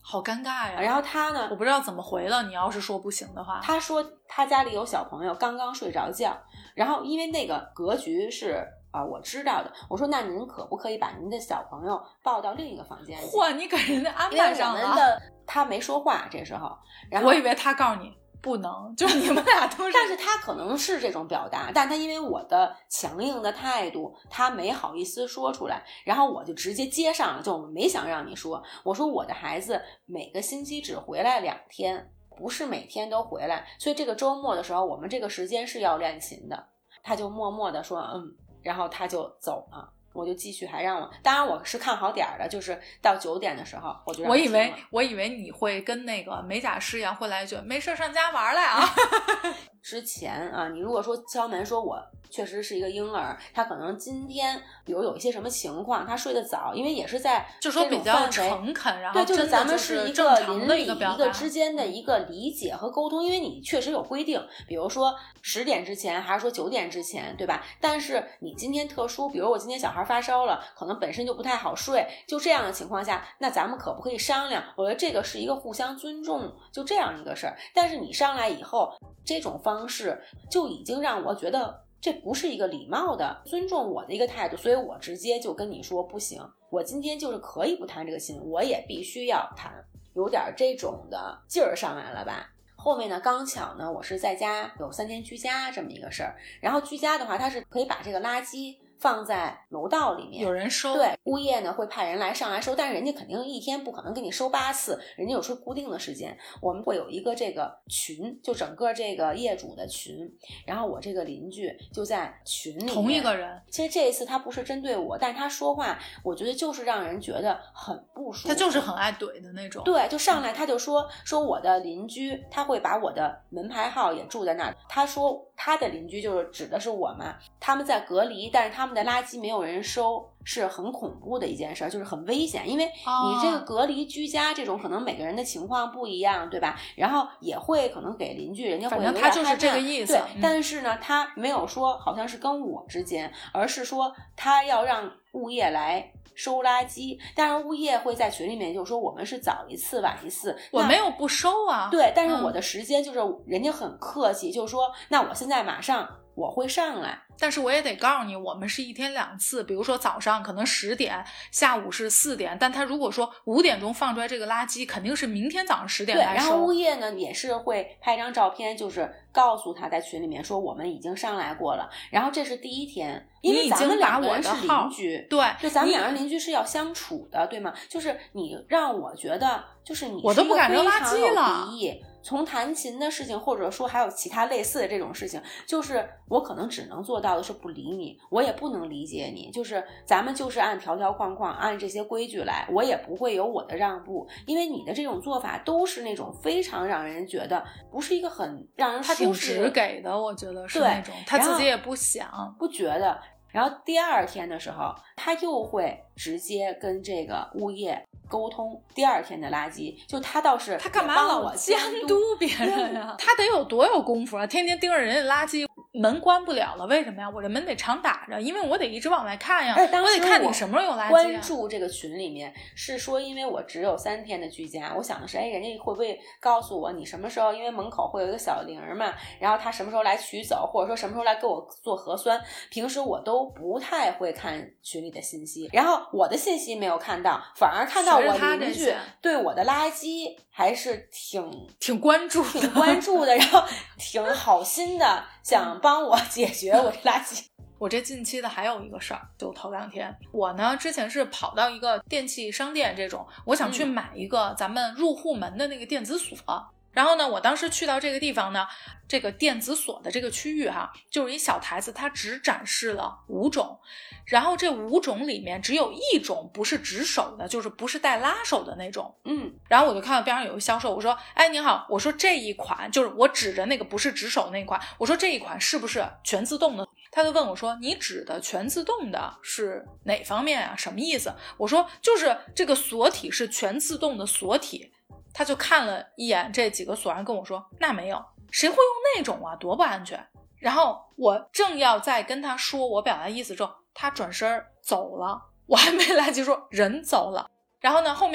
好尴尬呀。 然后他呢， 我不知道怎么回了，你要是说不行的话。 他说他家里有小朋友刚刚睡着觉，然后因为那个格局是我知道的，我说那您可不可以把您的小朋友抱到另一个房间去？ 嚯，你给人家安排上了。 他没说话这时候，然后我以为他告诉你不能，就是你们俩都是。 但是他可能是这种表达，但他因为我的强硬的态度，他没好意思说出来，然后我就直接接上了，就没想让你说。我说我的孩子每个星期只回来2天，不是每天都回来，所以这个周末的时候，我们这个时间是要练琴的。他就默默地说然后他就走了。我就继续还让我，当然我是看好点的，就是到9点的时候我就让我以为你会跟那个美甲师一样会来一句没事上家玩来啊。 之前你如果说敲门说我确实是一个婴儿，他可能今天比如有一些什么情况，他睡得早，因为也是在就说比较诚恳，然后对，就是咱们是一个邻里一个之间的一个理解和沟通，因为你确实有规定，比如说10点之前还是说9点之前，对吧？但是你今天特殊，比如我今天小孩发烧了，可能本身就不太好睡，就这样的情况下，那咱们可不可以商量？我觉得这个是一个互相尊重，就这样一个事儿。但是你上来以后，这种方式就已经让我觉得这不是一个礼貌的尊重我的一个态度，所以我直接就跟你说不行，我今天就是可以不弹这个琴，我也必须要弹，有点这种的劲儿上来了吧。后面呢，刚巧呢，我是在家有3天居家这么一个事儿，然后居家的话，它是可以把这个垃圾放在楼道里面， 有人收。 对，物业呢会派人上来收，但是人家肯定一天不可能给你收8次，人家有说固定的时间。我们会有一个这个群，就整个这个业主的群，然后我这个邻居就在群里面， 同一个人。 其实这一次他不是针对我，但是他说话我觉得就是让人觉得很不舒服， 他就是很爱怼的那种。 对，就上来他就说我的邻居他会把我的门牌号也住在那儿，他说他的邻居就是指的是我嘛，他们在隔离，但是他们的垃圾没有人收，是很恐怖的一件事，就是很危险，因为你这个隔离居家这种可能每个人的情况不一样，对吧？然后也会可能给邻居，人家会有点害怕， 反正他就是这个意思。 对，但是呢，他没有说好像是跟我之间，而是说他要让物业来收垃圾，但是物业会在群里面就说我们是早一次晚一次， 我没有不收啊。 对，但是我的时间就是人家很客气，就是说那我现在马上我会上来， 但是我也得告诉你，我们是1天2次，比如说早上可能10点，下午是4点，但他如果说5点钟放出来这个垃圾，肯定是明天早上10点来收。 对，然后物业呢也是会拍张照片，就是告诉他在群里面说我们已经上来过了，然后这是第1天，因为咱们2个人是邻居， 对， 就咱们2个人邻居是要相处的，对吗？就是你让我觉得就是你我都不敢扔垃圾了。 从弹琴的事情，或者说还有其他类似的这种事情，就是我可能只能做到的是不理你，我也不能理解你，就是咱们就是按条条框框按这些规矩来，我也不会有我的让步，因为你的这种做法都是那种非常让人觉得不是一个很让人舒适， 他挺直给的，我觉得是那种他自己也不想不觉得。然后第2天的时候，他又会直接跟这个物业沟通第2天的垃圾，就他倒是他干嘛老监督别人呀？他得有多有功夫啊！天天盯着人家垃圾，门关不了了，为什么呀？我这门得常打着，因为我得一直往外看呀。我得看你什么时候有垃圾啊。 关注这个群里面是说，因为我只有3天的居家，我想的是，人家会不会告诉我你什么时候？因为门口会有一个小铃嘛，然后他什么时候来取走，或者说什么时候来给我做核酸。平时我都不太会看群里的信息，然后我的信息没有看到，反而看到我邻居对我的垃圾还是挺关注的，然后挺好心的想帮我解决我这垃圾。 我这近期的还有一个事儿，就头2天，我呢之前是跑到一个电器商店这种，我想去买一个咱们入户门的那个电子锁。然后呢，我当时去到这个地方呢，这个电子锁的这个区域就是一小台子，它只展示了5种，然后这5种里面只有1种不是直手的，就是不是带拉手的那种。然后我就看到边上有一个销售，我说，哎，您好，我说这一款就是我指着那个不是直手那款，我说这一款是不是全自动的？他就问我说，你指的全自动的是哪方面啊？什么意思？我说就是这个锁体是全自动的锁体。他就看了一眼这几个锁，然后跟我说，那没有，谁会用那种啊，多不安全。然后我正要再跟他说我表达意思之后，他转身走了，我还没来及说人走了。然后呢，后面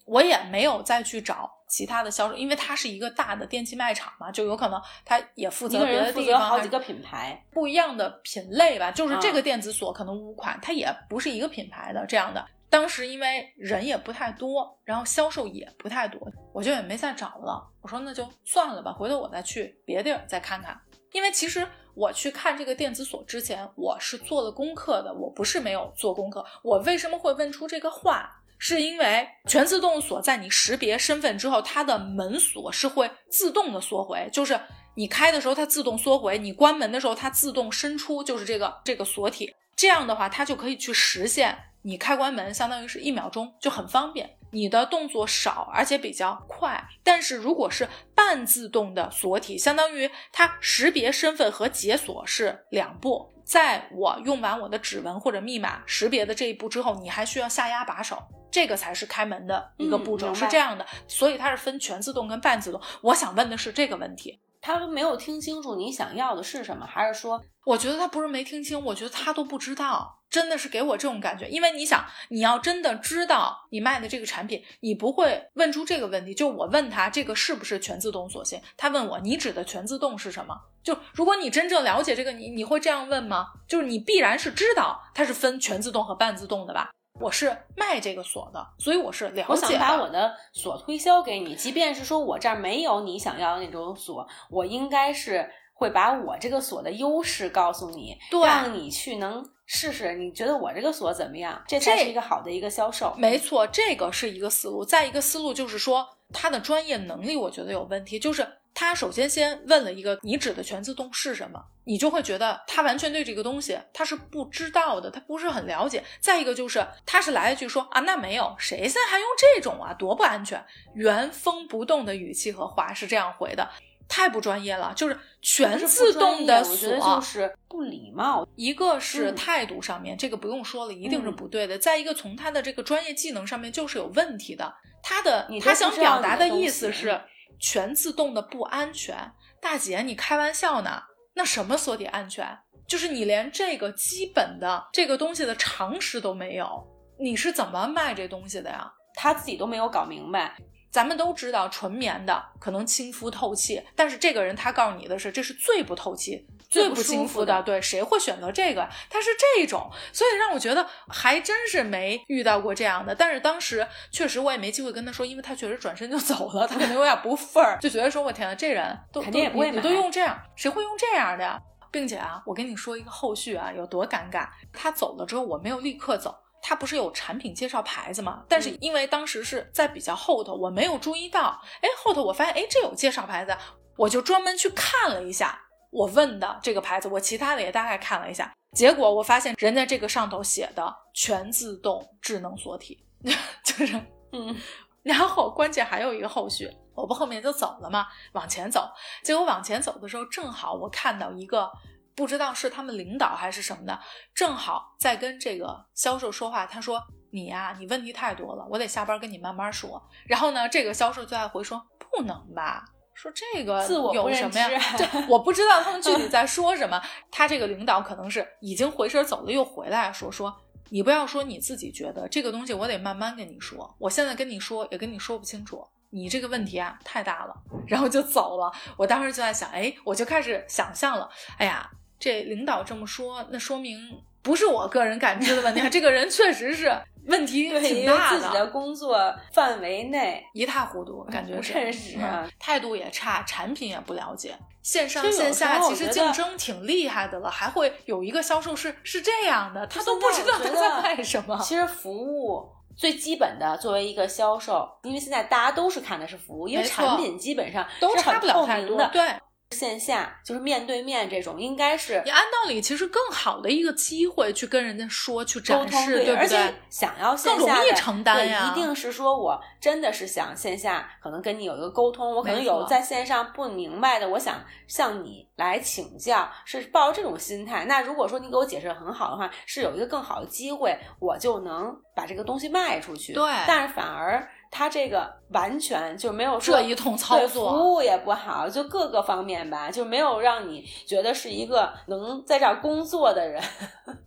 我也没有再去找其他的销售，因为它是一个大的电器卖场嘛，就有可能它也负责别的地方好几个品牌不一样的品类吧，就是这个电子锁可能5款，它也不是一个品牌的这样的。当时因为人也不太多，然后销售也不太多，我就也没再找了。我说那就算了吧，回头我再去别地儿再看看。因为其实我去看这个电子锁之前，我是做了功课的，我不是没有做功课。我为什么会问出这个话？是因为全自动锁在你识别身份之后，它的门锁是会自动的缩回，就是你开的时候它自动缩回，你关门的时候它自动伸出，就是这个锁体。这样的话它就可以去实现你开关门相当于是1秒钟，就很方便，你的动作少而且比较快。但是如果是半自动的锁体，相当于它识别身份和解锁是2步，在我用完我的指纹或者密码识别的这一步之后，你还需要下压把手，这个才是开门的一个步骤，是这样的。所以它是分全自动跟半自动。我想问的是这个问题， 他没有听清楚你想要的是什么，还是说？ 我觉得他不是没听清，我觉得他都不知道，真的是给我这种感觉。因为你想，你要真的知道你卖的这个产品，你不会问出这个问题。就我问他这个是不是全自动锁芯，他问我你指的全自动是什么。就如果你真正了解这个，你会这样问吗？就是你必然是知道它是分全自动和半自动的吧。我是卖这个锁的，所以我是了解的。 我想把我的锁推销给你，即便是说我这儿没有你想要的那种锁，我应该是会把我这个锁的优势告诉你，让你去能试试，你觉得我这个锁怎么样，这才是一个好的一个销售。 没错，这个是一个思路。再一个思路就是说他的专业能力我觉得有问题，就是他首先先问了一个你指的全自动是什么，你就会觉得他完全对这个东西他是不知道的，他不是很了解。再一个就是他是来一句说啊，那没有，谁现在还用这种啊，多不安全，原封不动的语气和话是这样回的，太不专业了。就是全自动的锁， 我觉得就是不礼貌。 一个是态度上面，这个不用说了，一定是不对的。再一个从他的这个专业技能上面就是有问题的。他想表达的意思是全自动的不安全。大姐你开玩笑呢，那什么锁体安全？就是你连这个基本的这个东西的常识都没有，你是怎么卖这东西的呀？ 他自己都没有搞明白。 咱们都知道纯棉的可能亲肤透气，但是这个人他告诉你的是这是最不透气最不亲肤的，对，谁会选择这个？他是这种，所以让我觉得还真是没遇到过这样的。但是当时确实我也没机会跟他说，因为他确实转身就走了，他可能有点不忿儿，就觉得说我天哪，这人肯定也不会买， 你都用这样，谁会用这样的呀？并且啊，我跟你说一个后续啊，有多尴尬。他走了之后，我没有立刻走。他不是有产品介绍牌子吗？但是因为当时是在比较后头，我没有注意到。后头我发现这有介绍牌子，我就专门去看了一下我问的这个牌子，我其他的也大概看了一下，结果我发现人家这个上头写的全自动智能锁体就是然后关键还有一个后续，我不后面就走了嘛，往前走，结果往前走的时候正好我看到一个不知道是他们领导还是什么的，正好在跟这个销售说话，他说你呀，你问题太多了，我得下班跟你慢慢说。然后呢，这个销售就在回说不能吧，说这个有什么呀？我不知道他们具体在说什么。他这个领导可能是已经回身走了又回来说你不要说你自己觉得这个东西我得慢慢跟你说，我现在跟你说也跟你说不清楚，你这个问题啊太大了，然后就走了。我当时就在想，我就开始想象了，这领导这么说，那说明不是我个人感知的问题，这个人确实是问题挺大的， 自己的工作范围内一塌糊涂，感觉是不认识态度也差，产品也不了解，线上线下其实竞争挺厉害的了，还会有一个销售是这样的，他都不知道他在卖什么。 其实服务最基本的作为一个销售，因为现在大家都是看的是服务，因为产品基本上都差不了太多，对。 线下就是面对面这种，应该是你按道理其实更好的一个机会去跟人家说，去展示， 对不对？ 而且想要线下更容易承担呀， 一定是说我真的是想线下可能跟你有一个沟通，我可能有在线上不明白的，我想向你来请教，是抱着这种心态。那如果说你给我解释得很好的话，是有一个更好的机会，我就能把这个东西卖出去。 对， 但是反而他这个完全就没有说这一通操作， 服务也不好，就各个方面吧，就没有让你觉得是一个能在这儿工作的人。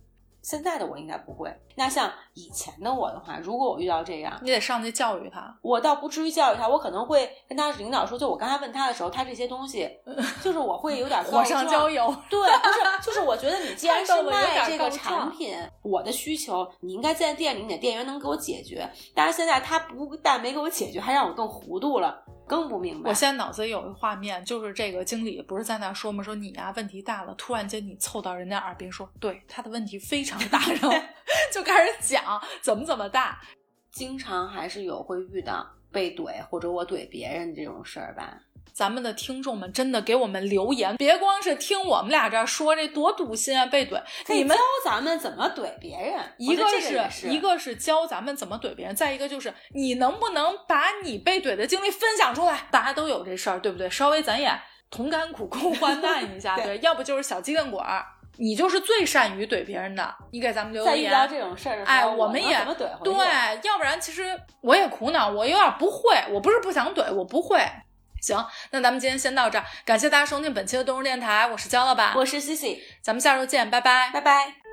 现在的我应该不会。那像以前的我的话，如果我遇到这样， 你得上去教育他。 我倒不至于教育他，我可能会跟他领导说，就我刚才问他的时候，他这些东西就是我会有点火上浇油。 对，不是，就是我觉得你既然是卖这个产品，我的需求你应该在店里，你的店员能给我解决。但是现在他不但没给我解决，还让我更糊涂了，更不明白。 我现在脑子里有一个画面，就是这个经理不是在那说吗？说你啊问题大了，突然间你凑到人家耳边说，对，他的问题非常大，然后就开始讲怎么大。 经常还是有会遇到被怼或者我怼别人这种事儿吧。 咱们的听众们真的给我们留言，别光是听我们俩这儿说这多堵心啊，被怼， 你们教咱们怎么怼别人。 一个是教咱们怎么怼别人，再一个就是你能不能把你被怼的经历分享出来。大家都有这事儿，对不对？稍微咱也同甘苦共患难一下对，要不就是小鸡蛋果，你就是最善于怼别人的，你给咱们留言。 在遇到这种事儿的时候， 我们也怎么怼回去？ 对，要不然其实我也苦恼，我有点不会，我不是不想怼，我不会。行，那咱们今天先到这儿，感谢大家收听本期的动物电台，我是焦老板， 我是 Cici， 咱们下周见，拜拜， 拜拜。